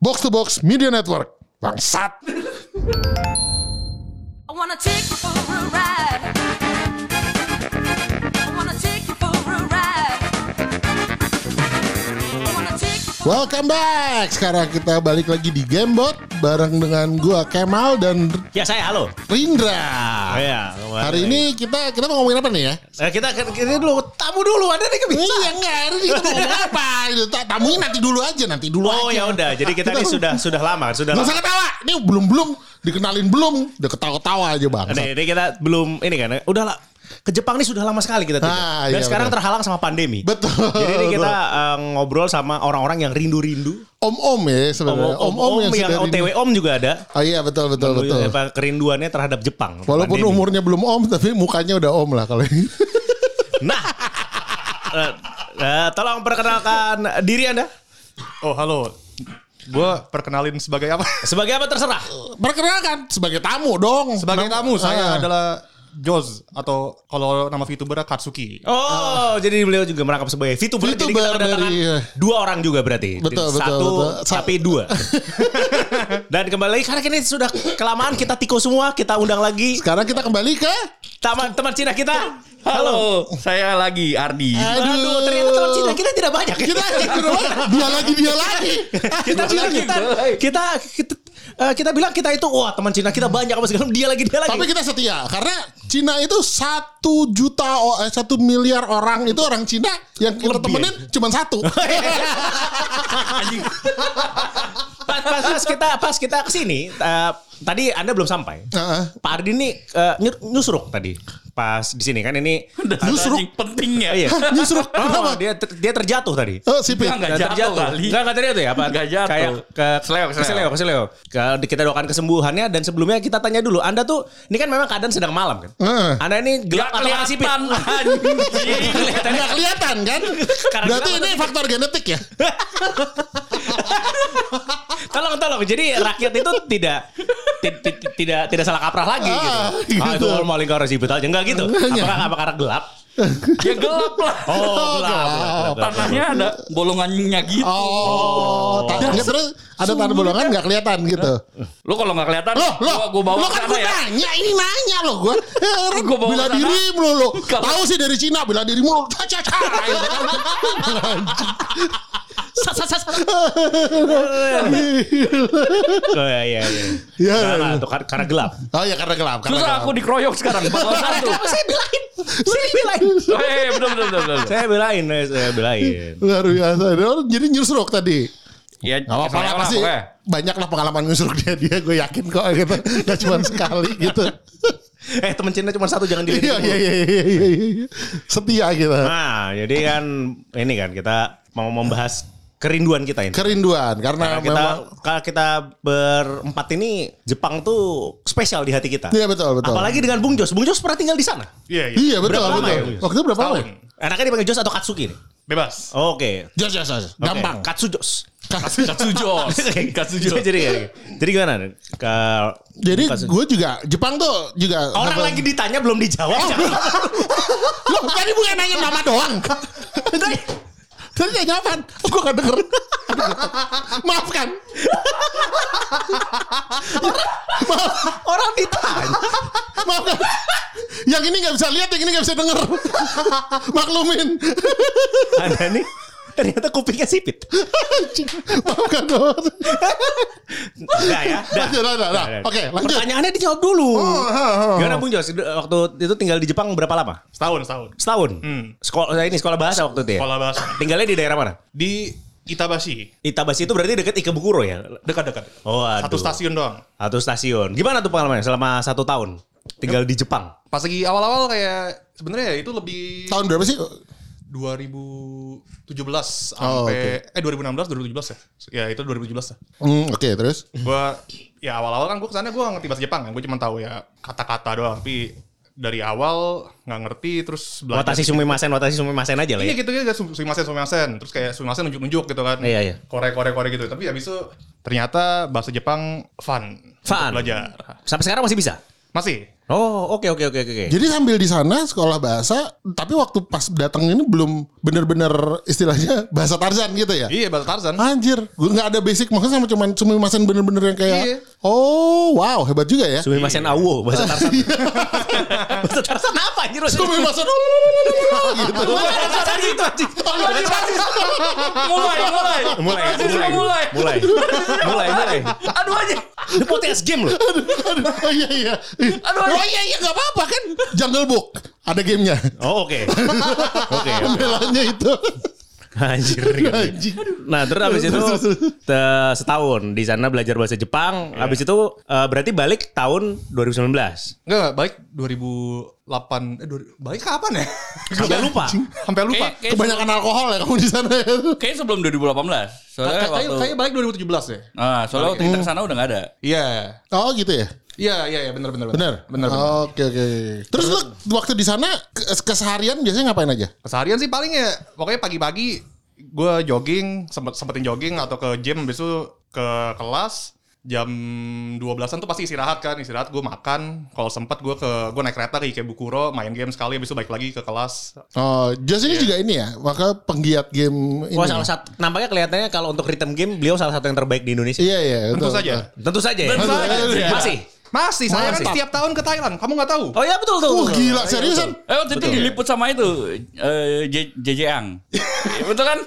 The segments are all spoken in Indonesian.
Box to Box Media Network. Bangsat. I wanna take you for a ride. I wanna take you for a ride. I wanna take you for Welcome back. Sekarang kita balik lagi di Gamebot bareng dengan gua Kemal dan Ya saya halo. Rindra. Ya, Hari ini kita mau ngomongin apa nih ya? kita dulu tamu dulu ada nih kebiasaan. Iya enggak, hari ini kita mau ngomong apa? Tamunya nanti dulu aja. Oh ya udah, jadi kita ini sudah lama. Gak usah ketawa. Ini belum dikenalin belum. Udah ketawa-tawa aja bang. Ini kita belum ini kan. Udah lah. Ke Jepang ini sudah lama sekali kita tidak. Dan iya, sekarang betul. terhalang sama pandemi. Betul. Jadi ini kita ngobrol sama orang-orang yang rindu-rindu. Om-om ya sebenarnya. Om-om yang sudah OTW Om juga ada. Oh iya betul. Kerinduannya terhadap Jepang. Walaupun pandemi. umurnya belum om, tapi mukanya udah om lah kalau ini. Nah, tolong perkenalkan diri Anda. Oh halo, gue perkenalin sebagai apa? Sebagai apa terserah. Perkenalkan sebagai tamu dong. Sebagai tamu saya adalah Joz atau kalau nama VTuber Katsuki. Jadi beliau juga merangkap sebagai VTuber. Jadi kita kedatangan dua orang juga berarti. Satu. Tapi dua. Dan kembali lagi karena ini sudah kelamaan kita tiko semua, kita undang lagi. Sekarang kita kembali ke Teman Cina kita. Halo, saya lagi Ardi. Aduh, ternyata teman Cina kita tidak banyak. dia lagi. Kita bilang kita itu wah teman Cina kita banyak apa segala dia lagi. Tapi kita setia karena Cina itu 1 miliar orang itu orang Cina yang kita temenin cuma 1. Pas kita kesini tadi Anda belum sampai. Pak Ardi ini nyusruk tadi pas di sini kan ini nyusruk pentingnya. Iya. Nyusruk kenapa? Dia terjatuh tadi. Oh, sipit. Enggak jatuh kali. Enggak terjatuh ya? Apa? Enggak jatuh. Kayak keseleo. Kita doakan kesembuhannya dan sebelumnya kita tanya dulu. Anda tuh ini kan memang keadaan sedang malam kan? Anda ini gelap atau karena sipit? Nggak kelihatan kan? Berarti ini faktor genetik ya? Tolong. Jadi rakyat itu tidak salah kaprah lagi gitu. Itu maling karena sipit aja enggak gitu. Apa karena gelap? Ya gelap lah. Oh, gelap. Tanahnya ada bolongannya gitu. Terus ada tanah bolongan nggak kelihatan gitu. Lo kalau nggak kelihatan, gue bawa lo ke kan sana gue ya. nanya, ini nanya lo gue. Gua bawa Bila ke sana. dirimu lo. Tahu sih dari Cina, bila dirimu lo. Iya. Nah, itu karena gelap. Oh ya karena gelap. Susah aku dikeroyok sekarang. Bawa satu. Saya belain. Betul. Saya belain. Luar biasa. Jadi nyusruk tadi. Ya, Gak apa-apa lah pasti. Banyak lah pengalaman nyusruk dia. Gue yakin kok gitu. Gak cuma sekali gitu. Temen Cina cuma satu jangan dilihat. Iya. Setia kita. Nah, jadi kan ini kan kita mau membahas kerinduan kita ini. Kerinduan karena kita berempat ini Jepang tuh spesial di hati kita. Iya betul. Apalagi dengan Bung Jos. Bung Jos pernah tinggal di sana. Iya betul. Berapa lama ya? Waktu itu berapa lama? Enaknya dipanggil Jos atau Katsuki nih? Bebas. Oke. Jos. Gampang. Katsu Jos. Jadi gimana? Jadi gue juga Jepang tuh juga orang lagi ditanya belum dijawab. Loh tadi bukan nanya nama doang. Tadi nanya apaan? Gue gak denger. Maafkan. Orang ditanya. Maafkan. Yang ini gak bisa lihat, yang ini gak bisa denger. Maklumin. Anda nih ternyata kupingnya sipit. Maafkan dong. Enggak ya. Oke, lanjut. Pertanyaannya dijawab dulu. Gimana Bung Jos? Waktu itu tinggal di Jepang berapa lama? Setahun. Sekolah bahasa waktu itu ya? Sekolah bahasa. Tinggalnya di daerah mana? Di Itabashi. Itabashi itu berarti dekat Ikebukuro ya? Dekat. Oh, aduh. Satu stasiun doang. Satu stasiun. Gimana tuh pengalamannya selama 1 tahun tinggal di Jepang? Pas lagi awal-awal kayak sebenarnya itu lebih Tahun berapa sih? 2017 sampai 2016 2017 ya. Ya itu 2017 lah. Oke, terus? Gua ya awal-awal kan gue kesana gue ngerti bahasa Jepang kan. Gue cuma tahu ya kata-kata doang. Tapi dari awal nggak ngerti terus belajar. Watashi sumimasen aja lah ya. Iya gitu sumimasen. Terus kayak sumimasen nunjuk-nunjuk gitu kan. Iya. Kore gitu. Tapi habis itu ternyata bahasa Jepang fun. Belajar. Sampai sekarang masih bisa? Masih. Oh, oke. Jadi sambil di sana sekolah bahasa, tapi waktu pas datang ini belum bener-bener istilahnya bahasa Tarzan gitu ya? Iya, bahasa Tarzan. Anjir, gue nggak ada basic maksudnya sama cuman sumimasen bener-bener yang kayak, Iya. oh wow hebat juga ya. Sumimasen awo bahasa Tarzan. Bahasa Tarzan apa anjir? Sumimasen gitu. Bahasa Tarzan gitu anjing. Mulai. Aduh aja. Ini podcast game loh. Oh iya. Oh iya nggak apa-apa kan. Jungle Book ada gamenya. Oh oke. Pembelanya itu. Anjir. Nah terus abis itu setahun di sana belajar bahasa Jepang. Abis itu berarti balik tahun 2019. Enggak, balik 2008. Balik kapan ya? Sampai lupa. Sampai lupa. Kebanyakan alkohol ya kamu di sana. Kayaknya sebelum 2018. Soalnya Kayak balik 2017 ya. soalnya waktu kita kesana udah nggak ada. Iya. Oh gitu ya. Iya, benar. Bener. Oke. Terus lu waktu di sana keseharian biasanya ngapain aja? Keseharian sih paling ya pokoknya pagi-pagi gue jogging, sempetin jogging atau ke gym, habis itu ke kelas. Jam 12-an tuh pasti istirahat gue makan, kalau sempet gue naik kereta ke Ikebukuro, main game sekali, habis itu balik lagi ke kelas. Oh, Josh ini juga ini ya, maka penggiat game ini. Wah salah satu, nampaknya kelihatannya kalau untuk rhythm game beliau salah satu yang terbaik di Indonesia. Iya. Tentu saja. Tentu saja. Masih. Saya kan setiap tahun ke Thailand, kamu nggak tahu? Oh iya betul. Gila seriusan. Waktu itu diliput sama itu JJ Ang. Betul kan?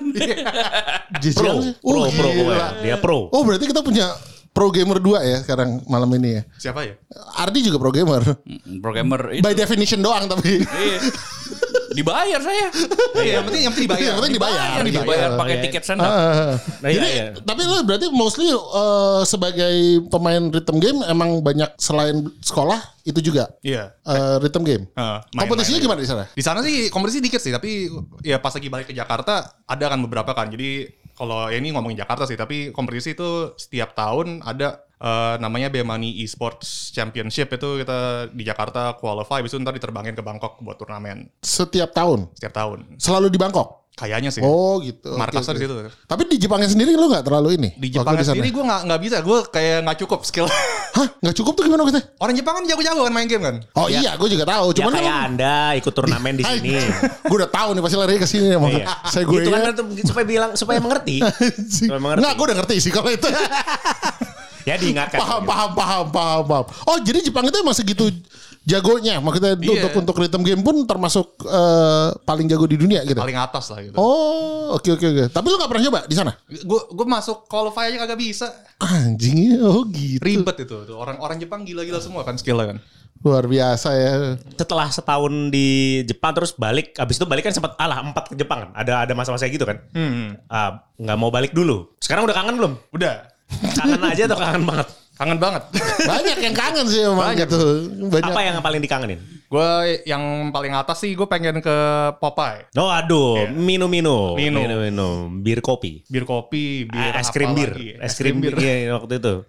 Pro pokoknya. Dia pro. Oh berarti kita punya pro gamer 2 ya sekarang malam ini ya. Siapa ya? Ardi juga pro gamer. Programmer itu. By definition doang tapi. Iya. Dibayar saya. Iya, yang penting dibayar. Yang penting dibayar. Dibayar pakai tiket stand up. Jadi, tapi lo berarti mostly sebagai pemain rhythm game emang banyak selain sekolah itu juga. Iya. Rhythm game. Kompetisinya main. gimana di sana? Di sana sih kompetisi dikit sih, tapi ya pas lagi balik ke Jakarta ada kan beberapa kan. Jadi kalau ya ini ngomongin Jakarta sih, tapi kompetisi itu setiap tahun ada namanya Bemani Esports Championship, itu kita di Jakarta qualify, habis itu ntar diterbangin ke Bangkok buat turnamen. Setiap tahun? Setiap tahun. Selalu di Bangkok? Kayaknya sih. Oh gitu. Markasnya di situ. Tapi di Jepangnya sendiri lo gak terlalu ini? Di Jepangnya sendiri gue gak bisa. Gue kayak gak cukup skill. Hah? Gak cukup tuh gimana maksudnya? Orang Jepang kan jago-jago kan main game kan? Oh iya gue juga tahu. Ya Cuman kayak Anda ikut turnamen di sini. Gue udah tahu nih pasti lari ke sini emang. Iya. Saya gue Itu kan supaya mengerti. Enggak, gue udah ngerti sih kalau itu. Ya diingatkan. Paham. Oh jadi Jepang itu emang segitu jagonya. Maksudnya untuk rhythm game pun termasuk paling jago di dunia gitu. Paling atas lah gitu. Oh oke. Tapi lu gak pernah nyoba di sana? Gue masuk qualify aja kagak bisa. Anjing, oh gitu. Ribet itu. Orang Jepang gila-gila semua kan skillnya kan. Luar biasa ya. Setelah setahun di Jepang terus balik, abis itu balik kan sempat 4 ke Jepang kan. Ada masa-masa gitu kan. Nggak mau balik dulu. Sekarang udah kangen belum? Udah. Kangen aja atau kangen banget? Kangen banget. Banyak yang kangen sih emang gitu. Banyak. Apa yang paling dikangenin? Gue yang paling atas sih gue pengen ke Popeye. Oh aduh, Yeah. minum. Minum. Bir kopi. Bir kopi, Es krim bir. Es krim bir. Iya waktu itu.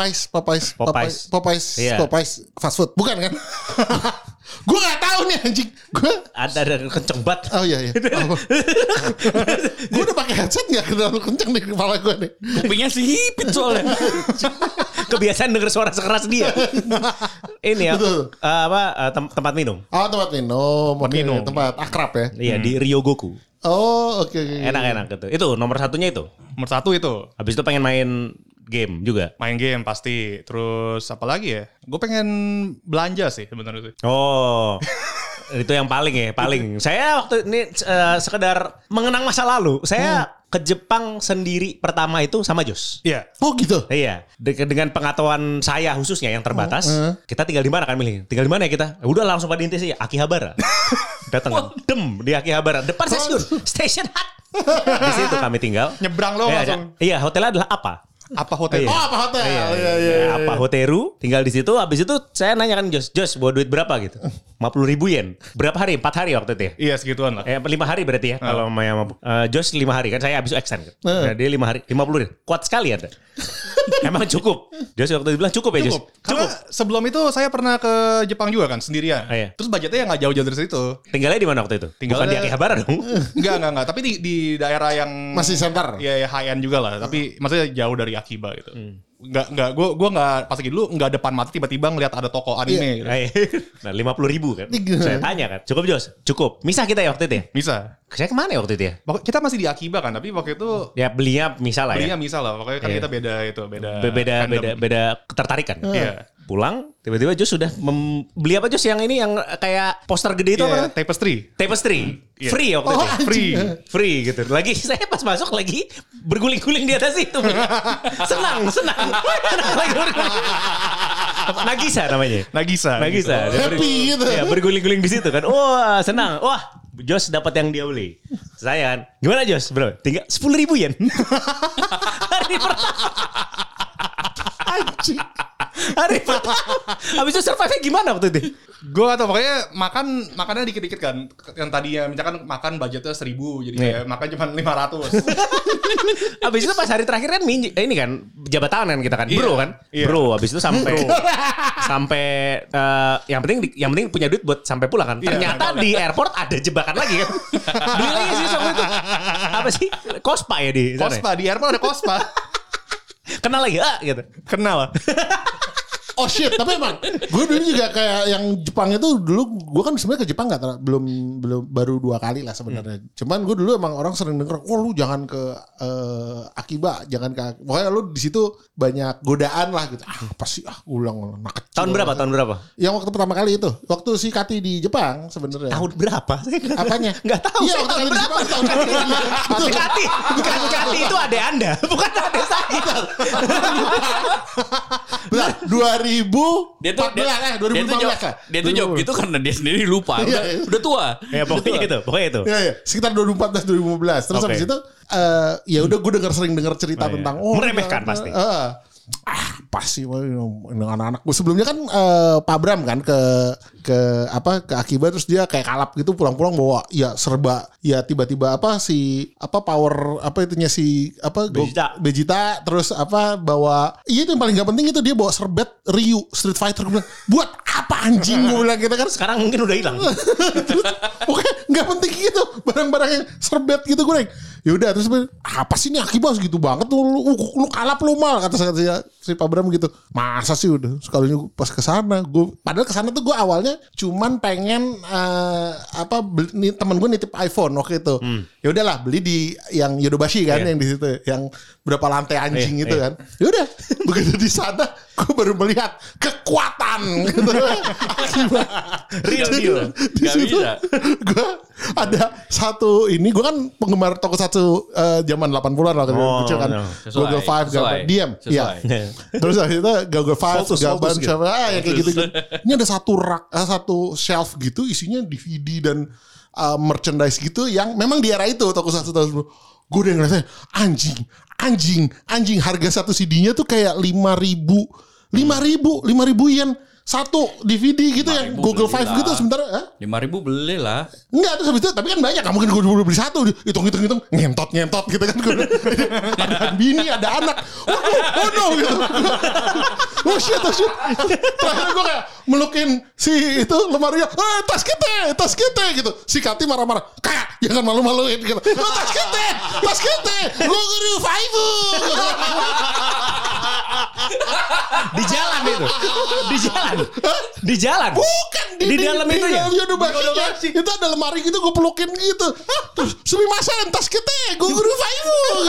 Popeyes Iya. fast food. Bukan kan? Gue gak tahu nih anjing. Gue Ada kenceng banget. Oh iya. Gue udah pakai headset gak terlalu kenceng di kepala gue nih. Kupingnya sipit soalnya. Kebiasaan denger suara sekeras dia. Ini ya, tempat minum. Oh tempat minum. minum. Tempat akrab ya. Iya di Ryogoku. Oh oke. Enak gitu. Itu nomor satunya itu. Nomor 1 itu. Habis itu pengen main game juga. Main game pasti. Terus apa lagi ya? Gue pengen belanja sih sebenarnya sih. Oh. Itu yang paling. Saya waktu ini sekedar mengenang masa lalu. Saya ke Jepang sendiri pertama itu sama Jos. Iya. Oh gitu. Iya, dengan pengetahuan saya khususnya yang terbatas, kita tinggal di mana kan milih? Tinggal di mana ya kita? Udah langsung pada inti sih Akihabara. Datang di Akihabara, depan Station Hut. Di situ kami tinggal. Nyebrang lo langsung. Iya, hotelnya adalah apa? Apa hotel? Iya. Oh apa hotel? Iya. Apa Hoteru, tinggal di situ. Habis itu saya nanya kan Jos, bawa duit berapa gitu? 50.000 yen. Berapa hari? 4 hari waktu itu ya? Iya segituan lah. 5 hari berarti ya. Kalau Jos 5 hari kan saya habis extend kan. Nah, dia 5 hari 50 ribu. Kuat sekali ada. Emang cukup. Jos waktu itu bilang cukup ya Jos. Karena sebelum itu saya pernah ke Jepang juga kan sendirian. Iya. Terus budgetnya nggak jauh-jauh dari situ. Tinggalnya di mana waktu itu? Bukan di Akihabara dong. Enggak. Tapi di daerah yang Masih center. Ya high end juga lah. Tapi maksudnya jauh dari Akiba gitu. Nggak, gue nggak pas lagi dulu nggak depan mata tiba-tiba ngeliat ada toko anime. Nah 50.000 kan. Saya tanya kan. Cukup Jos? Cukup. Misah kita ya waktu itu ya? Bisa. Saya kemana ya waktu itu ya? Kita masih di Akiba kan, tapi waktu itu Ya belinya misal lah ya. belinya misal lah. Pokoknya kan kita beda Beda ketertarikan. Iya. Pulang tiba-tiba Jos sudah beli apa Jos yang ini yang kayak poster gede itu apa? Tapestry. Free waktu itu. Free gitu. Lagi saya pas masuk lagi berguling-guling di atas itu. Senang. Lagi berguling. Nagisa namanya. Nagisa. Happy gitu. Ya, berguling-guling di situ kan. Wah, senang. Wah, Jos dapat yang dia beli. Saya kan, gimana Jos, bro? Tinggal 10.000 yen. Hari pertama. Anjing. Hari pertama. Habis itu survive-nya gimana waktu itu? Gue atau pokoknya makannya dikit-dikit kan. Yang tadinya misalkan makan budgetnya 1.000 jadi kayak makan cuma 500. Habis itu pas hari terakhir kan ini kan jabat tangan kan kita kan. Bro kan. Bro, habis itu sampai yang penting punya duit buat sampai pulang kan. Ternyata di airport ada jebakan lagi kan. Beli lagi sih sama itu. Apa sih? Kospa ya di sana. Kospa di airport ada Kospa. Kenal lagi gitu. Kenal. Oh shit, tapi emang gue dulu juga kayak yang Jepang itu dulu gue kan sebenarnya ke Jepang belum baru 2 kali lah sebenarnya. Cuman gue dulu emang orang sering denger, lu jangan ke Akiba, jangan ke pokoknya lu di situ banyak godaan lah gitu. Apa sih ulang anak kecil. Tahun berapa? Yang waktu pertama kali itu, waktu si Kati di Jepang sebenarnya. Tahun berapa? Apanya? Enggak tahu. Iya, Saya waktu tahun kali di berapa? Jepang tahun Kati itu adek Anda, bukan adek saya. Benar, 2014 Dia tuh 2015 lah. Dia tuh jawab gitu karena dia sendiri lupa. Udah tua. Ya pokoknya itu. Iya, sekitar 2014 2015. Terus habis itu ya udah gue sering dengar cerita tentang meremehkan pasti. Pasti anak-anak gue sebelumnya kan Pak Bram kan ke Akiba terus dia kayak kalap gitu pulang-pulang bawa ya serba ya tiba-tiba power itunya si Vegeta terus bawa itu yang paling gak penting itu dia bawa serbet Ryu Street Fighter. Gue bilang buat apa anjing gue bilang gitu kan. Sekarang mungkin udah hilang. Oke gak penting gitu barang-barang yang serbet gitu gue ya udah terus apa sih ini Akiba segitu banget lu kalap lu mal kata si Pak Bram gitu. Masa sih udah sekalinya pas kesana gue padahal kesana tuh gue awalnya cuman pengen temen gue nitip iPhone waktu itu. Ya udahlah beli di yang Yodobashi kan yang di situ yang berapa lantai anjing itu kan. Ya udah begitu di sana gue baru melihat kekuatan gitu. Real. Di situ gue ada satu ini gue kan penggemar tokusatsu zaman 80-an lah kecil kan. Google Five diam. Iya. Terus habis itu Google Five Gaban siapa ya kayak gitu. Ini ada satu shelf gitu isinya DVD dan merchandise gitu yang memang di era itu tokusatsu tahun 10. Gue udah ngerasain anjing harga satu CD-nya tuh kayak 5.000 yen satu DVD gitu yang Google Five gitu sebentar 5.000 beli lah. Enggak terus habis itu tapi kan banyak gak mungkin gue beli satu hitung ngentot gitu kan ada bini ada anak oh no gitu oh shit terakhir gue kayak melukin si itu lemarinya tas kita gitu si Kati marah-marah kayak jangan malu-maluin gitu tas kita gue guru Five di jalan bukan di dalam itu ya itu ada lemari gitu gue pelukin gitu terus sumimasen tas kita gue guru Five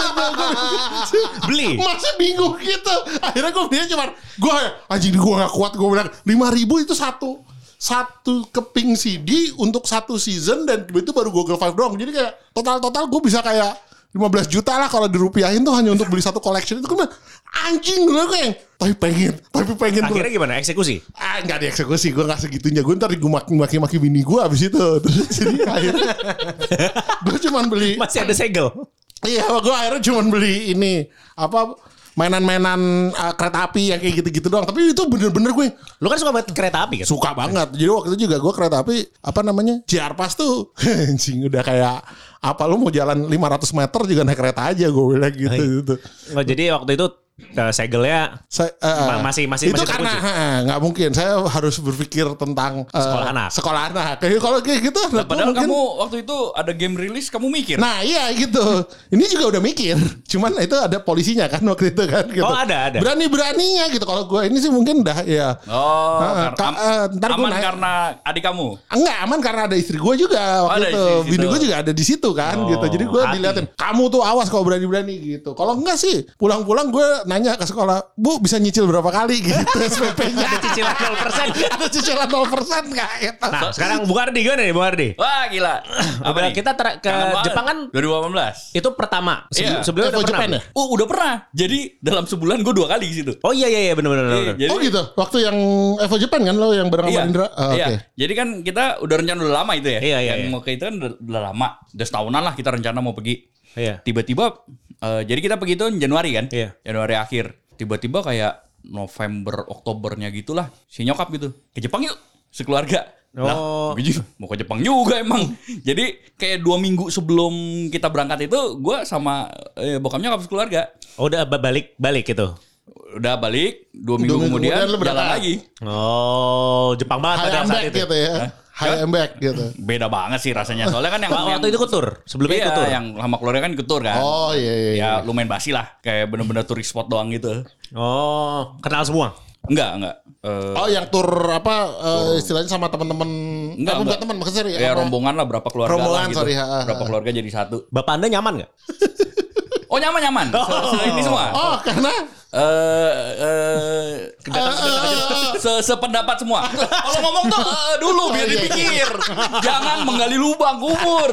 beli masa bingung gitu akhirnya gue belinya cuma gue anjing gue gak kuat gue bilang 5.000 itu satu keping CD untuk satu season dan itu baru Google Five doang jadi kayak total gue bisa kayak 15 juta lah kalau dirupiahin tuh hanya untuk beli satu collection itu kan anjing gue kayak tapi pengen akhirnya gimana eksekusi nggak dieksekusi gue nggak segitunya gue ntar gue maki bini gue abis itu terus jadi akhirnya gue cuman beli masih ada segel iya gue akhirnya cuman beli ini mainan-mainan kereta api yang kayak gitu-gitu doang. Tapi itu bener-bener gue. Lu kan suka banget kereta api kan? Suka banget. Jadi waktu itu juga gue kereta api JR Pass tuh anjing udah kayak lu mau jalan 500 meter juga naik kereta aja gue bilang gitu. Oh, jadi waktu itu segelnya masih itu karena nggak mungkin. Saya harus berpikir tentang sekolah anak. Kalau kayak gitu, Padahal mungkin, kamu waktu itu ada game rilis kamu mikir. nah iya gitu. Ini juga udah mikir. Cuman itu ada polisinya kan waktu itu kan. Gitu. Oh ada. Berani-beraninya gitu. Kalau gue ini sih mungkin udah ya. Ntar aman karena adik kamu. Enggak aman karena ada istri gue juga waktu itu. Bini gue juga ada di situ kan gitu. Jadi gue diliatin, kamu tuh awas kalau berani-berani gitu. Kalau enggak sih, pulang-pulang gue nanya ke sekolah, Bu bisa nyicil berapa kali gitu SPP-nya. Ada cicilan 0%. Ada cicilan 0% enggak gitu. Nah, sekarang Bung Ardi gimana nih Bung Ardi? Wah gila. Udah kita ke Jepang kan 2018. itu pertama. Sebelumnya udah pernah. Japan ya? Udah pernah. Jadi dalam sebulan gue 2 kali di situ. Oh iya benar. Jadi, Oh gitu. Waktu yang Evo Japan kan lo yang bareng sama Indra. Iya. Oke. Jadi kan kita udah rencana udah lama itu ya. Iya. Yang mau ke itu kan udah lama. Udah setahunan lah kita rencana mau pergi. Iya. Tiba-tiba jadi kita pergi itu Januari kan. Iya. Januari akhir. Tiba-tiba kayak November Oktobernya gitulah. Si nyokap gitu. Ke Jepang yuk. Sekeluarga. Lah, mau ke Jepang juga emang. Jadi kayak 2 minggu sebelum kita berangkat itu gue sama bokap nyokap sekeluarga. Oh udah balik gitu. Udah balik 2 minggu kemudian jalan lagi. Oh Jepang banget pada saat itu. Gitu ya. High and back gitu. Beda banget sih rasanya. Soalnya kan yang waktu itu ikut tur. Sebelumnya ikut tur. Yang sama keluarga kan ikut tur kan. Oh iya. Ya lumayan basi lah. Kayak bener-bener turis spot doang gitu. Oh kenal semua. Enggak. Oh yang tur apa istilahnya sama teman-teman. Enggak teman maksudnya ya rombongan lah berapa keluarga rombongan, lah gitu. sorry, Berapa keluarga jadi satu. Bapak Anda nyaman gak? Oh nyaman. Ini semua. Oh karena sependapat semua. Kalau ngomong tuh dulu biar dipikir. Jangan menggali lubang kubur.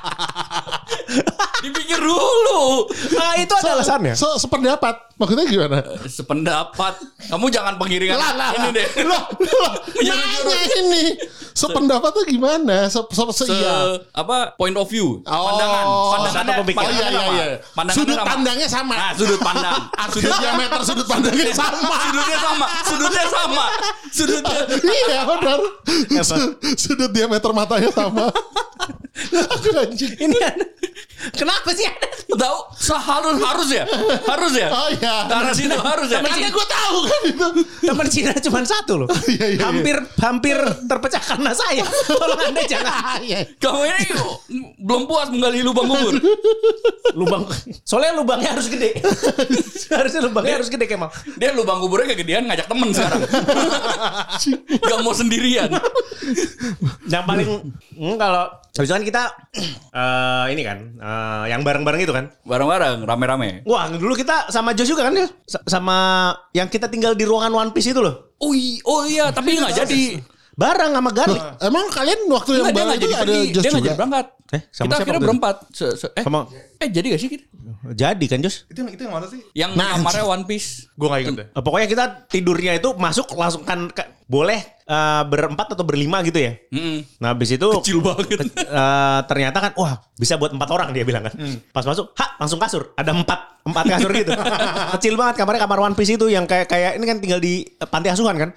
Dipikir dulu. Nah itu ada alasannya. Sependapat. Maksudnya gimana? Sependapat. Kamu jangan pengiringan ini deh. Loh, nanya ini. Sependapat tuh gimana? Point of view. Pandangan. Iya. Sudut pandangnya sama. Nah, sudut pandang. Sudut pandangnya sama. Sudutnya. Iya benar. Sudut diameter matanya sama. Aduh anjing. Ini kenapa sih ada? Tahu? Harus ya. Oh iya. Karena sini harus ya. Karena gue tahu kan itu. Teman Cina cuma satu loh. Iya. Hampir terpecah karena saya. Tolong Anda jangan. Kamu ini belum puas menggali lubang kubur. Soalnya lubangnya harus gede. Harusnya lubangnya harus gede Kemal. Dia lubang kuburnya kegedean ngajak temen sekarang. Gak mau sendirian. Yang paling kalau misalkan kita ini kan yang bareng-bareng itu kan. Bareng-bareng rame-rame. Wah dulu kita sama Jos juga kan ya. Sama yang kita tinggal di ruangan One Piece itu loh. Oh iya tapi gak jadi. Bareng sama Garlic. Emang kalian waktu yang baru itu ada Jos dia juga? gak jadi berangkat. Sama kita siapa akhirnya waktu berempat. Jadi gak sih kita? Jadi kan Jos. Itu yang mana sih? Yang kamarnya One Piece. Gue gak inget deh. Pokoknya kita tidurnya itu masuk langsung kan boleh berempat atau berlima gitu ya. Nah habis itu Kecil banget. Ternyata kan wah bisa buat 4 orang dia bilang kan. Pas masuk langsung kasur. Ada 4 kasur gitu. Kecil banget kamarnya, kamar One Piece itu yang kayak ini kan tinggal di panti asuhan kan.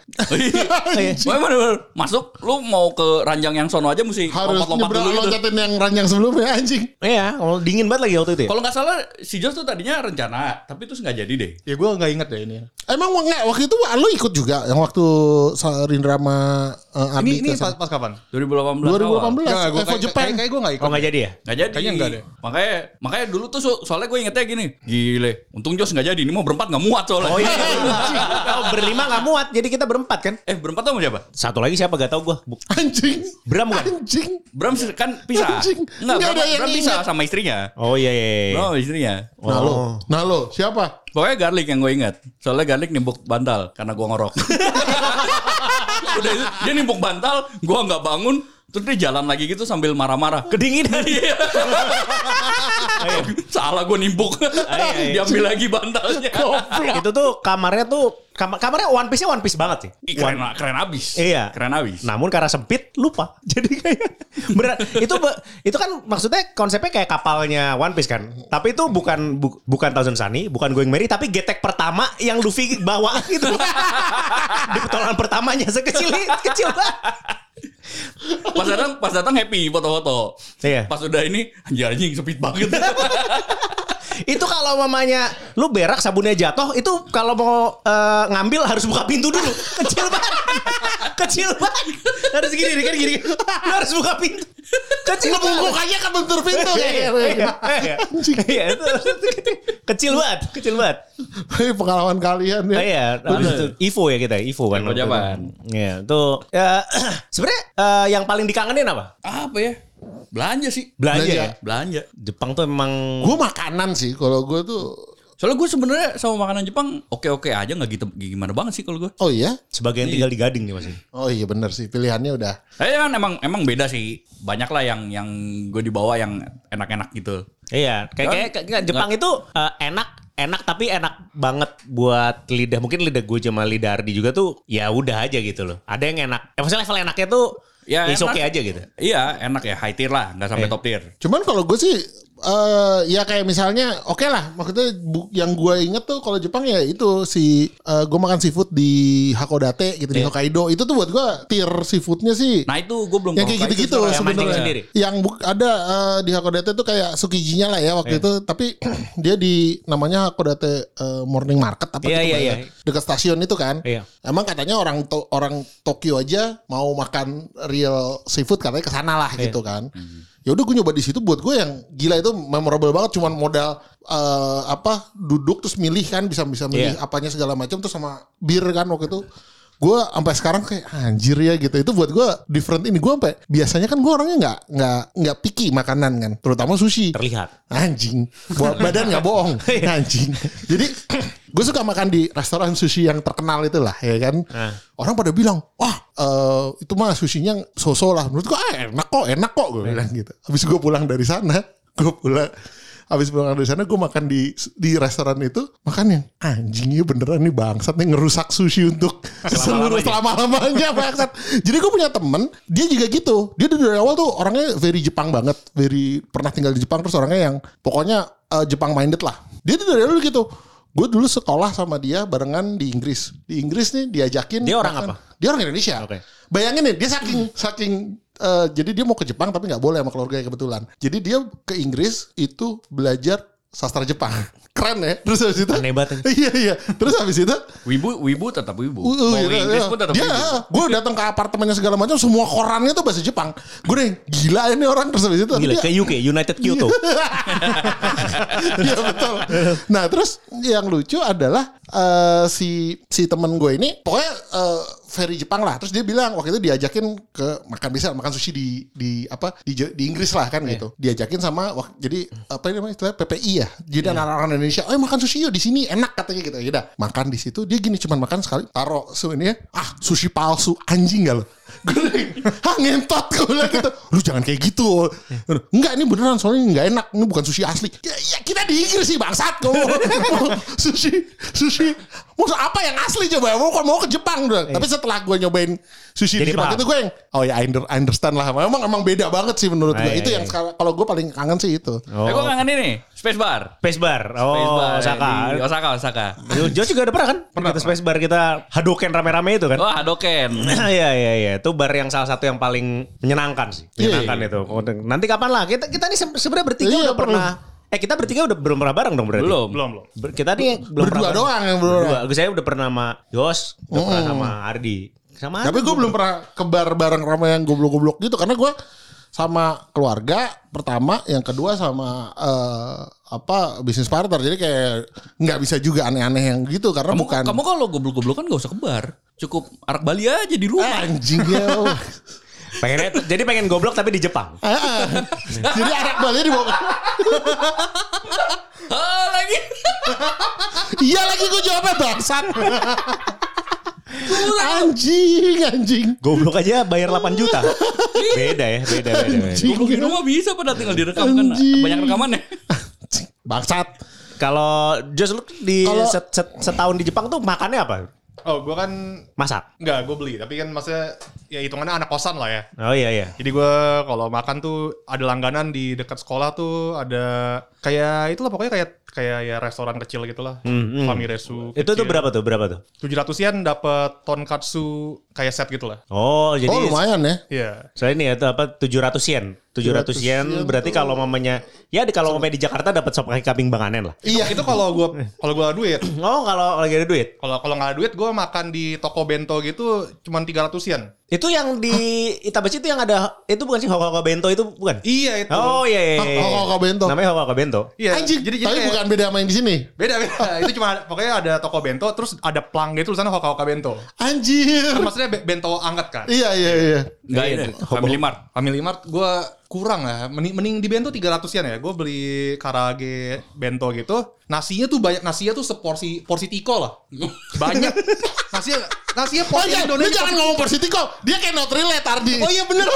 Bener. Masuk lu mau ke ranjang yang sono aja mesti Harus lompat-lompat dulu gitu. loncatin yang ranjang sebelumnya anjing. Iya, kalau dingin banget lagi waktu itu ya. Kalau nggak salah si Jos tuh tadinya rencana, tapi terus nggak jadi deh. Ya gue gak inget deh ini. Emang enggak waktu itu lu ikut juga yang waktu Rindra sama Ardi. Ini pas kapan? 2018 Evo Japan. Kayak gue gak ikut. Oh nggak jadi ya? Nggak jadi. Kayaknya enggak deh. Makanya dulu tuh soalnya gue ingetnya gini. Gile. Untung Jos nggak jadi. Ini mau berempat nggak muat soalnya. Oh iya. Kalau berlima nggak muat, jadi kita berempat kan? Berempat tuh sama siapa? Satu lagi siapa gak tau gue. Anjing. Bram bukan? Anjing. Bram kan pisah. Anjing. Enggak, Nggak ada yang Bram pisah ingat. sama istrinya. Oh iya. Bram sama istrinya. Nah lo siapa? Pokoknya Garlic yang gue ingat. Soalnya Garlic nimbuk bantal karena gue ngorok. Udah itu, dia nimbuk bantal, gue nggak bangun. Terus dia jalan lagi gitu sambil marah-marah. Kedinginan. Iya. Salah gue nimbuk. Diambil lagi bantalnya. Itu tuh kamarnya One Piece-nya One Piece banget sih. Keren abis. Iya. Keren abis. Namun karena sempit lupa. Jadi kayak berat. Itu kan maksudnya konsepnya kayak kapalnya One Piece kan. Tapi itu bukan Thousand Sunny, bukan Going Merry, tapi getek pertama yang Luffy bawa gitu. Di petualangan pertamanya kecil banget. Pas datang happy foto-foto. Iya. Pas udah ini anjing sempit banget. Itu kalau mamanya lu berak sabunnya jatuh, itu kalau mau ngambil harus buka pintu dulu. Kecil banget. Kecil banget. Harus gini kan gini. Lu harus buka pintu. Kecil banget. Mukanya kan bentur pintu Iya, itu kecil banget, kecil banget. Pengalaman kalian ya. Iya, Ivo ya kita, Ivo kan. Ivo Japan. Iya, tuh sebenarnya yang paling dikangenin apa? Apa ya? Belanja sih. Belanja ya. Belanja. Jepang tuh emang Gue makanan sih kalau gue tuh. Soalnya gue sebenarnya sama makanan Jepang oke-oke aja, nggak gitu gimana banget sih kalau gue. Oh iya? sebagian tinggal di Gading nih masih. Oh iya benar sih, pilihannya udah. Kan emang beda sih. Banyak lah yang gue dibawa yang enak-enak gitu. Iya, kayak Jepang itu enak tapi enak banget buat lidah. Mungkin lidah gue sama lidah Ardi juga tuh ya udah aja gitu loh. Ada yang enak. Maksudnya level enaknya tuh Ya is okay aja gitu. Iya, enak ya, high tier lah, nggak sampai top tier. Cuman kalau gue sih ya kayak misalnya oke lah, maksudnya yang gue inget tuh kalau Jepang ya itu gue makan seafood di Hakodate gitu di Hokkaido, itu tuh buat gue tier seafoodnya sih. Nah itu gue belum yang kayak gitu-gitu sebenarnya. Yang ada di Hakodate tuh kayak Tsukiji-nya lah ya waktu itu, tapi dia di namanya Hakodate Morning Market apa gitu ya. Dekat stasiun itu kan. Iya. Emang katanya orang Tokyo aja mau makan real seafood katanya kesana lah gitu kan. Ya udah gue nyoba di situ, buat gue yang gila itu memorable banget, cuman modal duduk terus milih kan, bisa milih apanya segala macam, terus sama bir kan waktu itu. Gue sampai sekarang kayak anjir ya gitu. Itu buat gue different ini. Gue sampai biasanya kan gue orangnya nggak picky makanan kan, terutama sushi. Terlihat Anjing, badan nggak bohong. Anjing. Jadi gue suka makan di restoran sushi yang terkenal itu lah, ya kan. Orang pada bilang, wah itu mah sushinya so-so lah. Menurut gue enak kok gue bilang gitu. Habis gue pulang dari sana, habis pulang dari sana gue makan di restoran itu, makan yang anjingnya beneran nih bangsat nih, ngerusak sushi untuk selama-lamanya bangsat. Jadi gue punya temen, dia juga gitu. Dia dari awal tuh orangnya very Jepang banget, pernah tinggal di Jepang, terus orangnya yang pokoknya Jepang minded lah. Dia tuh dari awal gitu. Gue dulu sekolah sama dia barengan di Inggris. Di Inggris nih diajakin. Dia orang apa? Dia orang Indonesia. Okay. Bayangin nih, dia saking jadi dia mau ke Jepang tapi nggak boleh sama keluarganya kebetulan. Jadi dia ke Inggris itu belajar sastra Jepang. Keren ya. Terus habis itu aneh banget. Iya. Terus habis itu wibu tetap wibu. Mau Inggris pun tetap wibu. Gue datang ke apartemennya segala macam, semua korannya tuh bahasa Jepang. Gue nih gila ini orang. Terus habis itu gila ke UK, United Kyoto. Iya betul. Nah terus yang lucu adalah si temen gue ini pokoknya very Jepang lah. Terus dia bilang waktu itu diajakin ke makan sushi di Inggris lah kan gitu. Diajakin sama jadi apa namanya istilahnya PPI ya. Jadi anak-anak Indonesia, makan sushi yuk di sini enak katanya gitu. Ya udah makan di situ, dia gini cuman makan sekali, taruh ini ya. Sushi palsu, anjing gak lo? Gue ngentot gue bilang gitu. Lu jangan kayak gitu. Enggak, ini beneran soalnya nggak enak. Ini bukan sushi asli. Ya kita di Inggris sih bangsat kok. Sushi. Maksud apa yang asli coba? Mau ke Jepang doang. Tapi setelah gue nyobain sushi di Jepang itu gue yang I understand lah. Emang beda banget sih menurut gue. Itu yang kalau gue paling kangen sih itu. Gue kangen ini Space Bar. Osaka. Jo juga udah pernah kan? Pernah kita Space Bar, kita Hadoken rame-rame itu kan? Oh Hadoken. Iya. Itu bar yang salah satu yang paling menyenangkan sih. Menyenangkan itu. Nanti kapan lah? Kita nih sebenarnya bertiga udah pernah. Kita bertiga udah belum pernah bareng dong berarti? Belum. Kita nih belum berdua doang yang berdua. Saya udah pernah sama Yos, udah pernah sama Ardi. Tapi gue belum pernah ke bar bareng sama yang goblok-goblok gitu, karena gue sama keluarga pertama, yang kedua sama bisnis partner. Jadi kayak nggak bisa juga aneh-aneh yang gitu karena kamu kalau goblok-goblok kan nggak usah ke bar, cukup arak Bali aja di rumah. Anjingnya. Pengen goblok tapi di Jepang. Jadi anak Bali dibawa. Lagi. Iya lagi gue jawabnya bangsat. Anjing. Goblok aja bayar 8 juta. Beda. Goblok di rumah bisa pada tinggal direkam kan. Banyak rekamannya. Bangsat. Kalau Jos lu setahun di Jepang tuh makannya apa? Oh, gue kan masak. Enggak, gue beli. Tapi kan maksudnya ya hitungannya anak kosan lah ya. Oh iya. Jadi gue kalau makan tuh ada langganan di dekat sekolah tuh, ada kayak itulah pokoknya kayak ya restoran kecil gitulah. Famiresu. Itu tuh berapa tuh? 700 yen dapat tonkatsu kayak set gitulah. Oh, jadi lumayan ya. Iya. Soalnya ini ya itu apa 700 yen. 700 yen berarti kalau mamanya ya kalau mamanya di Jakarta dapat sop kaki kambing Banganen lah. Iya. Itu kalau gua ada duit. Oh, kalau lagi ada duit. Kalau nggak ada duit, gue makan di toko bento gitu cuman 300 yen. Itu yang di Itabashi itu yang ada itu bukan sih Hoka Bento itu bukan? Iya itu. Oh iya. Hoka Bento. Namanya Hoka Bento. Iya. Anjing. Jadi Tapi kayak, bukan beda sama yang di sini. beda. Itu cuma pokoknya ada toko bento terus ada plang gitu tulisannya Hoka Bento. Anjir. Kan maksudnya bento angkat kan? Iya. Enggak ini. Family Mart. Family Mart gue kurang lah. Mending di bento 300 yen ya. Gue beli karage bento gitu. Nasinya tuh banyak. Nasinya tuh porsi tiko lah. Banyak. Nasinya Oh porsi iya, lu Indonesia. jangan ngomong porsi tiko. Dia kayak not relate Ardi. Oh iya bener.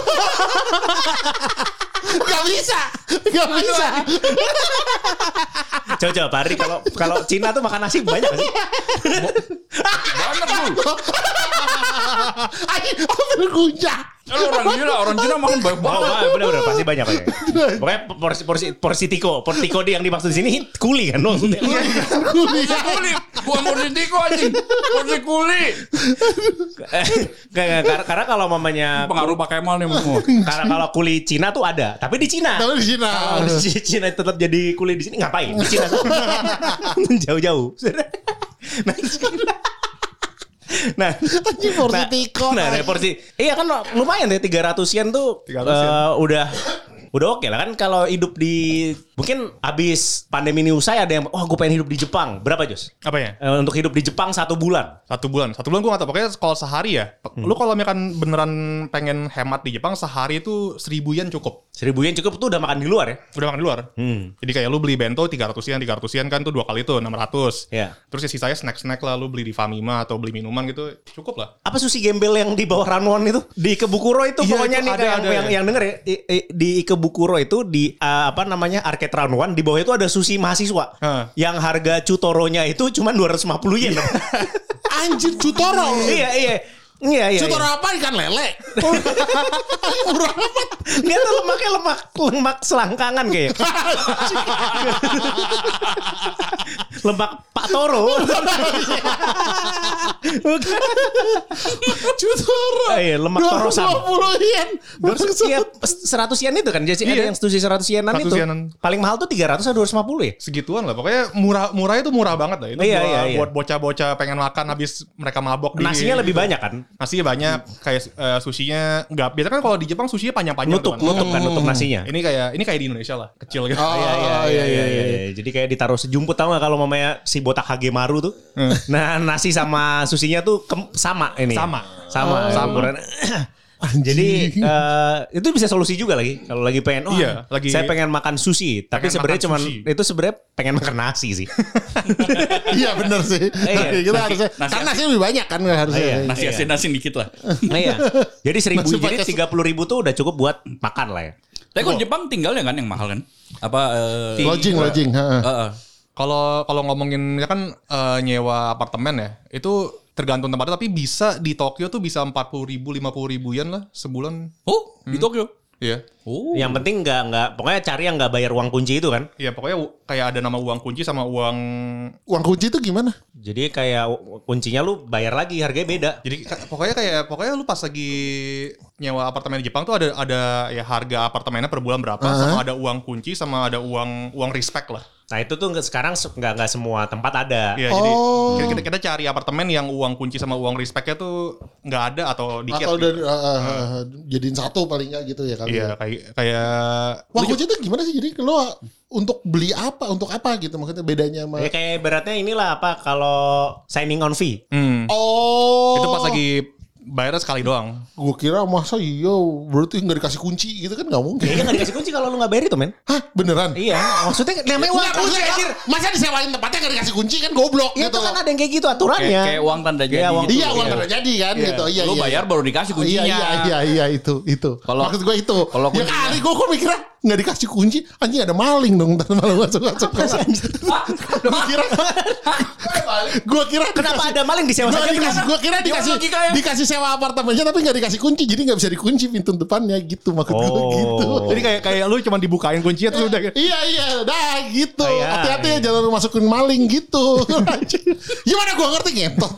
Gak bisa. Coba Pak Ari kalau Cina tuh makan nasi banyak gak sih? Banyak tuh. Anjing, hampir guncang. Orang Cina makan banyak Oh, banget. bener pasti banyak. Pokoknya porsi tiko yang dimaksud di sini kuli kan maksudnya. Kuli. Bukan porsi tiko anjing. Porsi kuli. Karena kalau mamanya Pengaruh Pak Kemal nih mau. karena kalau kuli Cina tuh ada, tapi di Cina. Tapi di Cina. Kalau di Cina tetap jadi kuli di sini ngapain? Di Cina jauh-jauh. Nah, Anjing porsi tiko. porsi. Iya kan lumayan deh 300 yen tuh 300 yen. udah oke lah kan kalau hidup di mungkin abis pandemi ini usai ada yang gue pengen hidup di Jepang. Berapa Jos? Apa ya? Untuk hidup di Jepang 1 bulan. 1 bulan gue gak tau. Pokoknya kalau sehari ya. Lu kalau misalkan beneran pengen hemat di Jepang, sehari itu 1000 yen cukup. 1000 yen cukup tuh udah makan di luar ya? Udah makan di luar. Jadi kayak lu beli bento 300 yen kan tuh 2 kali tuh 600. Iya. Terus ya sisanya snack-snack lah, lu beli di Famima atau beli minuman gitu, cukup lah. Apa sushi gembel yang di bawah Ranwon itu? Di Ikebukuro itu Iya, pokoknya itu nih ada yang denger ya. Di Ikebukuro itu di Arcade Ranwon di bawah itu ada sushi mahasiswa. Yang harga Chutoronya itu cuma 250 yen. Anjir, Chutoro. Iya. Chutoro apa? Ikan lele. Murah amat. Dia tuh lemaknya lemak selangkangan kayak. Lemak Pak Toro. Chutoro. Iya, lemak Torosan. 250 yen. Iya, 100 yen itu kan. Jadi ada yang sushi 100 yenan 100 itu. yenan. Paling mahal tuh 300 atau 250 ya? Segituan lah. Pokoknya murah itu murah banget lah. Itu Iya. buat bocah-bocah pengen makan habis mereka mabok. Nasinya lebih banyak kan? Nasinya banyak. Kayak sushinya enggak. Biasanya kan kalau di Jepang sushinya panjang-panjang. Nutup nasinya. Ini kayak di Indonesia lah. Kecil gitu. Iya. Jadi kayak ditaruh sejumput, tau gak kalau mamanya si botak Hagemaru tuh. Nah, nasi sama susinya tuh sama ini. Sama. Ukuran. Jadi itu bisa solusi juga lagi kalau lagi pengen saya pengen makan sushi tapi sebenarnya cuman itu sebenarnya pengen makan nasi sih. Iya benar sih. Kita harusnya karena nasi lebih banyak kan harusnya. Nasi asin dikit lah. Iya. Jadi 1000 jadi 30.000 tuh udah cukup buat makan lah ya. Tapi kalau Jepang tinggalnya kan yang mahal kan? Apa Lodging. Kalau ngomongin ya kan nyewa apartemen ya, itu tergantung tempatnya, tapi bisa di Tokyo tuh bisa 40.000 50.000 yen lah sebulan. Oh, di Tokyo. Iya. Oh. Yang penting nggak pokoknya cari yang nggak bayar uang kunci itu kan. Iya, pokoknya kayak ada nama uang kunci sama uang kunci itu gimana? Jadi kayak kuncinya lu bayar lagi, harganya beda. Jadi pokoknya lu pas lagi nyewa apartemen di Jepang tuh ada ya harga apartemennya per bulan berapa, sama ada uang kunci sama ada uang respect lah. Nah itu tuh sekarang nggak semua tempat ada. Iya, jadi kita cari apartemen yang uang kunci sama uang respectnya tuh nggak ada atau dikit. Atau jadiin satu paling nggak gitu ya kali. Iya, kayak uang kunci itu gimana sih? Jadi lo untuk beli apa? Untuk apa gitu? Maksudnya bedanya sama ya kayak beratnya inilah apa kalau signing on fee. Oh. Itu pas lagi bayarnya sekali doang. Gue kira masa berarti nggak dikasih kunci gitu kan nggak mungkin. Iya nggak dikasih kunci kalau lu nggak bayar itu men. Hah beneran? Iya maksudnya namanya uang kunci anjir. Masa disewain tempatnya nggak dikasih kunci kan goblok Ya gitu. itu kan ada yang kayak gitu aturannya. Kayak uang tanda jadi. Iya uang tanda jadi kan gitu. Iya. Lu bayar baru dikasih kuncinya. Iya itu. Kalau Maksud gue itu. Kalau ya kali gue mikirnya nggak dikasih kunci, anjing ada maling dong ntar malam masuk kosan. Gue kira Kenapa ada maling di sewa saja? Gue kira dikasih sewa apartemennya tapi nggak dikasih kunci, jadi nggak bisa dikunci pintu depannya gitu maksud gue gitu. Jadi kayak lu cuma dibukain kuncinya terus udah. Iya, dah gitu. Iya, Hati-hati ya jangan lu masukin maling gitu. Gimana gue ngerti ngentot.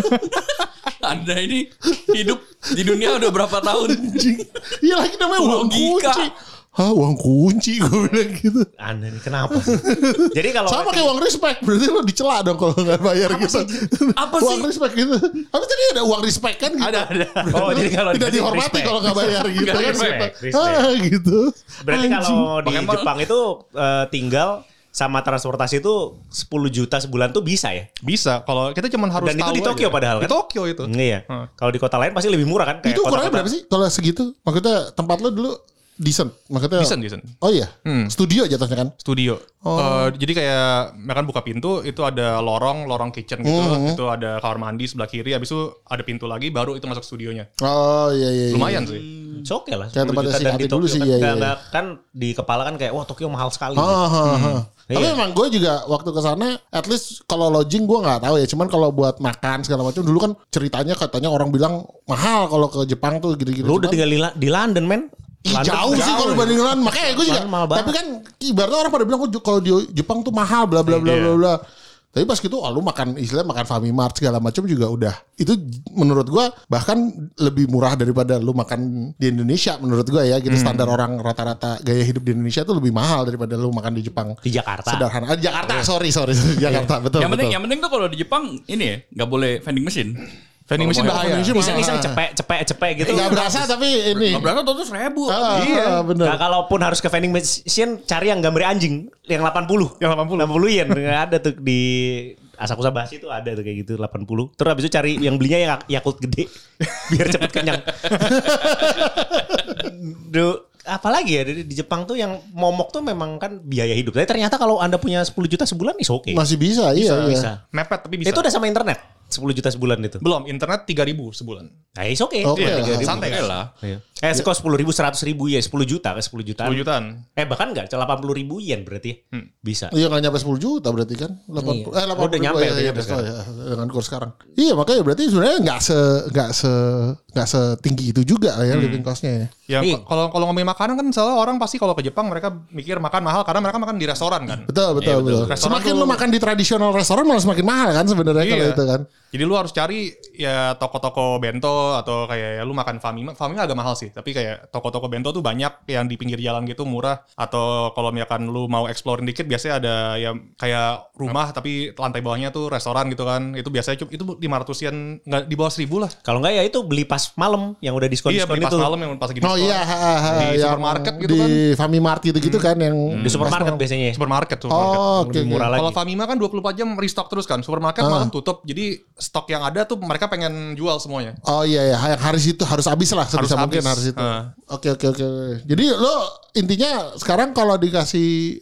Anda ini hidup di dunia udah berapa tahun? Iya lagi namanya uang Logika. kunci. Hah, uang kunci gue bilang gitu. Aneh nih, kenapa sih? Jadi kalau Sama kayak uang respect, berarti lo dicela dong kalau nggak bayar gitu. Apa Uang sih? respect gitu. Tapi tadi ada uang respect kan gitu. Ada. Oh, jadi kalau Tidak dikasih dihormati respect. kalau nggak bayar gitu kan. Respect. Gitu. Berarti Anjing. kalau di Bagaimana? Jepang itu tinggal sama transportasi itu 10 juta sebulan tuh bisa ya? Bisa kalau kita cuma harus Dan itu tahu di Tokyo aja. padahal kan? Di Tokyo itu. Iya. Kalau di kota lain pasti lebih murah kan? Kayak Itu ukurannya kota-kota- berapa sih kalau segitu? Maksudnya tempat lo dulu decent. Maksudnya Decent. Oh iya. Studio jatuhnya kan? Studio. Jadi kayak mereka buka pintu itu ada lorong kitchen gitu, itu ada kamar mandi sebelah kiri, habis itu ada pintu lagi baru itu masuk studionya. Oh iya. Lumayan sih. Oke lah. Kayak 10 tempatnya juta si dan Ati di dulu Tokyo sih, kan, iya, nggak- iya. nggak- kan di kepala kan kayak wah Tokyo mahal sekali. Tapi Iya. memang gue juga waktu ke sana, at least kalau lodging gue nggak tahu ya. Cuman kalau buat makan segala macam, dulu kan ceritanya katanya orang bilang mahal kalau ke Jepang tuh gitu-gitu. Lu udah Cuman- tinggal di London men. Ih, London jauh sih kalau dibanding London. Makanya gue juga. London mahal banget. Tapi kan ibaratnya orang pada bilang kalau di Jepang tuh mahal bla bla bla bla bla. Tapi pas gitu lu makan istilahnya makan Famimart segala macam juga udah. Itu menurut gue bahkan lebih murah daripada lu makan di Indonesia menurut gue ya. Gitu standar orang rata-rata gaya hidup di Indonesia tuh lebih mahal daripada lu makan di Jepang. Di Jakarta. Sederhana. Jakarta, sorry. Jakarta, betul. Yang penting betul. yang penting tuh kalau di Jepang ini ya nggak boleh vending machine. Vending machine bahaya. Vending machine Iseng-iseng mahal. cepek gitu. Nggak berasa tapi ini. Nggak berasa tuh 1.000. Iya, bener. Nah, kalaupun harus ke vending machine cari yang gambar anjing yang 80. Yang 80. 80 yen. Ada tuh di Asakusa Bashi tuh ada tuh kayak gitu 80. Terus habis itu cari yang belinya yang Yakult gede biar cepet kenyang. Apalagi ya di Jepang tuh yang momok tuh memang kan biaya hidup. Tapi ternyata kalau Anda punya 10 juta sebulan is oke. Masih bisa, iya. Bisa. Mepet tapi bisa. Itu udah sama internet 10 juta sebulan itu. Belum, internet 3.000 sebulan. Nah, is oke. Oke Iya, lah. 3.000. Santai Oke kan? lah. Kok 10.000, 100.000 ya 10 juta ke 10 jutaan. 10 jutaan. Bahkan enggak, 80.000 yen berarti. Bisa. Iya nggak nyampe 10 juta berarti kan? 80, Iya. Udah nyampe, ya, udah ya, nyampe betul, ya, dengan kurs sekarang. Iya makanya berarti sebenarnya nggak setinggi itu juga lah ya living costnya ya. Ya Iya. kalau ngomongin makanan kan salah orang pasti kalau ke Jepang mereka mikir makan mahal karena mereka makan di restoran kan. Betul. Restoran Semakin tuh- lu makan di tradisional restoran malah semakin mahal kan sebenarnya kalau Iya. itu kan. Jadi lu harus cari ya toko-toko bento atau kayak ya lu makan Famima. Famima agak mahal sih, tapi kayak toko-toko bento tuh banyak yang di pinggir jalan gitu murah. Atau kalau misalkan lu mau exploring dikit biasanya ada ya kayak rumah tapi lantai bawahnya tuh restoran gitu kan. Itu biasanya itu 500 yen, nggak di bawah 1.000 lah. Kalau enggak ya itu beli pas malam yang udah Iya, diskon-diskon beli pas itu. malam yang pas lagi Oh diskon. iya, Di yang supermarket gitu di kan. Famimart gitu-gitu kan yang Di supermarket biasanya. Supermarket. Oh, oke. Lebih murah lagi. Kalau Famima kan 24 jam restock terus kan. Supermarket malam tutup. Jadi stok yang ada tuh mereka pengen jual semuanya. Oh iya yang hari itu harus habis lah sebisa Harus mungkin habis. harus itu. Ah. Oke. Jadi lo intinya sekarang kalau dikasih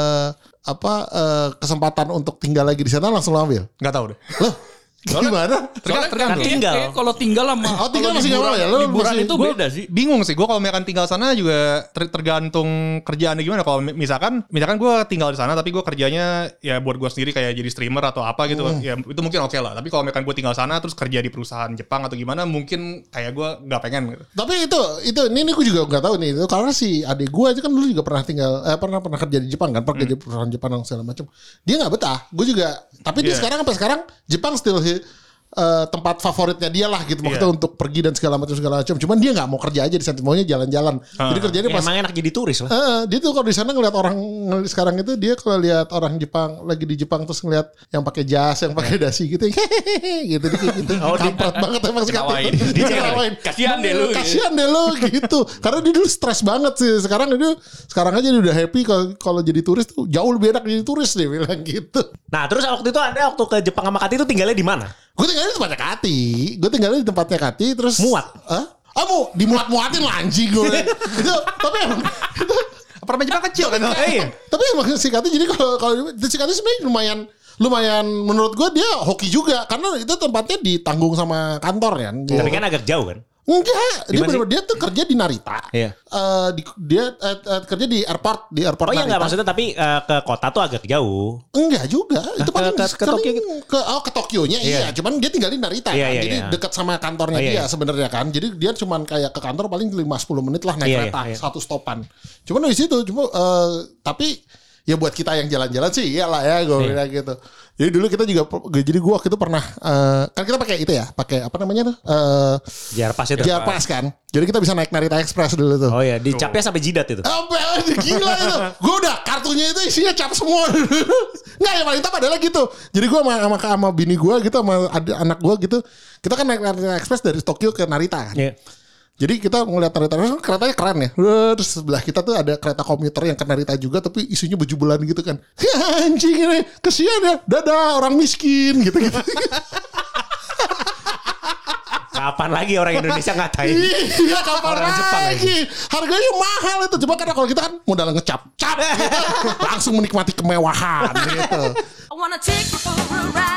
kesempatan untuk tinggal lagi di sana langsung lo ambil. Nggak tahu deh. Loh, gimana? Tergantung. tinggal. Kayak kalau tinggal sama Oh, tinggal kalau masih nggak mau ya? Lu liburan masih- itu Gua beda sih. Bingung sih gue kalau misalkan tinggal sana juga tergantung kerjaannya gimana. Kalau misalkan gue tinggal di sana tapi gue kerjanya ya buat gue sendiri kayak jadi streamer atau apa gitu, ya itu mungkin oke lah. Tapi kalau misalkan gue tinggal sana terus kerja di perusahaan Jepang atau gimana, mungkin kayak gue nggak pengen gitu. Tapi itu ini gue juga nggak tahu nih itu karena si adik gue aja kan dulu juga pernah pernah kerja di Jepang kan, pernah kerja di perusahaan Jepang dan segala macam. Dia nggak betah. Gue juga. Tapi dia Iya. sampai sekarang Jepang still tempat favoritnya dia lah gitu maksudnya Iya. untuk pergi dan segala macam. Cuman dia nggak mau kerja aja di sana, maunya jalan-jalan. Jadi kerjanya Ya, pas emang enak jadi turis lah. dia tuh kalau di sana ngeliat orang sekarang itu dia kalau lihat orang Jepang lagi di Jepang terus ngeliat yang pakai jas, yang pakai dasi gitu, hehehe gitu dia kayak gitu. Kampret banget emang sih Ketawain. Diketawain. Kasihan deh lu. Kasihan deh lu gitu. Karena dia dulu stres banget sih. Sekarang aja dia udah happy kalau jadi turis tuh jauh lebih enak jadi turis dia bilang gitu. Nah, terus waktu itu Anda waktu ke Jepang sama Kati itu tinggalnya di mana? Gue tinggalnya di tempatnya Kati. Terus Muat. Hah? Dimuat-muatin lah anjing gue. Itu tapi emang itu Apartemen Jepang kecil kan? Iya. tapi emang si Kati jadi kalau si Kati sebenarnya lumayan menurut gue dia hoki juga karena itu tempatnya ditanggung sama kantor kan. Tapi kan agak jauh kan? Enggak, dia Di mana sih? bener dia tuh kerja di Narita. Iya. Dia kerja di airport Oh iya Narita. nggak maksudnya tapi ke kota tuh agak jauh. Enggak juga. Itu paling ke sekali Tokyo gitu. ke Tokyonya iya. Cuman dia tinggal di Narita Iya, kan. iya, Jadi iya. dekat sama kantornya Oh, iya, dia iya. sebenarnya kan. Jadi dia cuman kayak ke kantor paling 5-10 menit lah naik Iya, kereta iya. satu stopan. Cuman di situ tapi ya buat kita yang jalan-jalan sih iyalah ya gue bilang gitu. Jadi dulu kita juga jadi gue waktu itu pernah kan kita pakai itu ya, pakai apa namanya tuh? JR Pass itu. JR Pass kan. Jadi kita bisa naik Narita Express dulu tuh. Oh iya, dicapnya sampai jidat itu. Gila itu. Gue udah kartunya itu isinya cap semua. Nggak yang paling top adalah gitu. Jadi gue sama bini gue gitu sama anak gue gitu. Kita kan naik Narita Express dari Tokyo ke Narita kan. Iya. Jadi kita ngeliat Narita Express keretanya keren ya. Terus sebelah kita tuh ada kereta komuter yang ke Narita juga tapi isinya baju bulan gitu kan. Anjing ini kesian ya. Dadah orang miskin gitu-gitu. Kapan lagi orang Indonesia ngatain? Iya kapan Orang Jepang lagi. Harganya mahal itu. Coba karena kalau kita kan modal ngecap. Cap gitu. Langsung menikmati kemewahan gitu. I wanna take you for a ride.